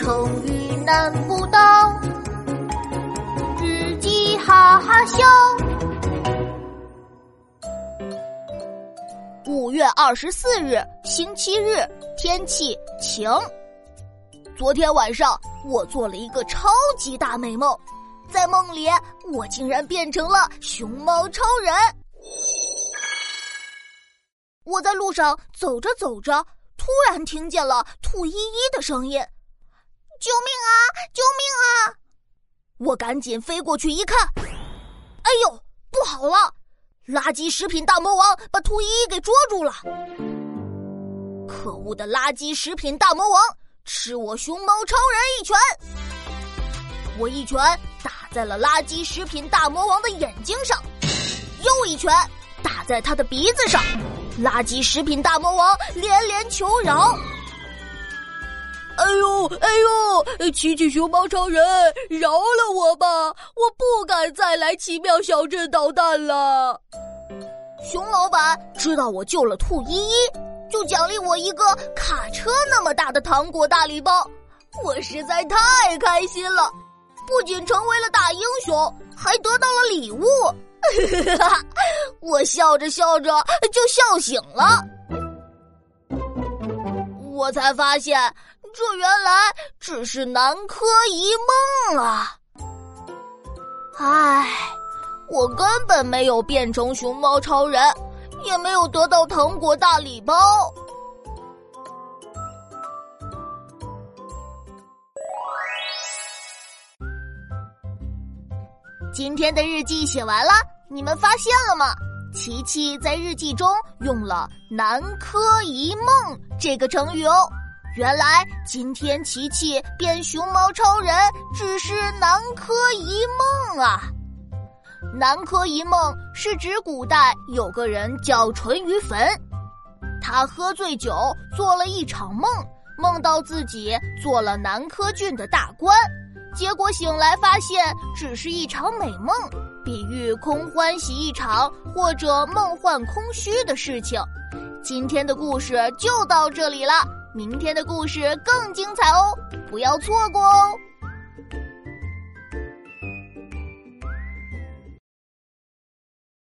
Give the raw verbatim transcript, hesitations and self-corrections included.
成语难不倒，日记哈哈笑。五月二十四日，星期日，天气晴。昨天晚上我做了一个超级大美梦，在梦里我竟然变成了熊猫超人。我在路上走着走着，突然听见了兔依依的声音：救命啊，救命啊！我赶紧飞过去一看，哎呦，不好了，垃圾食品大魔王把兔依依给捉住了。可恶的垃圾食品大魔王，吃我熊猫超人一拳！我一拳打在了垃圾食品大魔王的眼睛上，又一拳打在他的鼻子上。垃圾食品大魔王连连求饶：哎呦哎呦，奇奇熊猫超人，饶了我吧，我不敢再来奇妙小镇捣蛋了。熊老板知道我救了兔依依，就奖励我一个卡车那么大的糖果大礼包，我实在太开心了，不仅成为了大英雄，还得到了礼物。我笑着笑着就笑醒了，我才发现这原来只是南柯一梦啊！唉，我根本没有变成熊猫超人，也没有得到糖果大礼包。今天的日记写完了，你们发现了吗？琪琪在日记中用了南柯一梦这个成语哦。原来今天琪琪变熊猫超人只是南柯一梦啊。南柯一梦是指古代有个人叫淳于棼，他喝醉酒做了一场梦，梦到自己做了南柯郡的大官，结果醒来发现只是一场美梦，比喻空欢喜一场或者梦幻空虚的事情。今天的故事就到这里了，明天的故事更精彩哦，不要错过哦。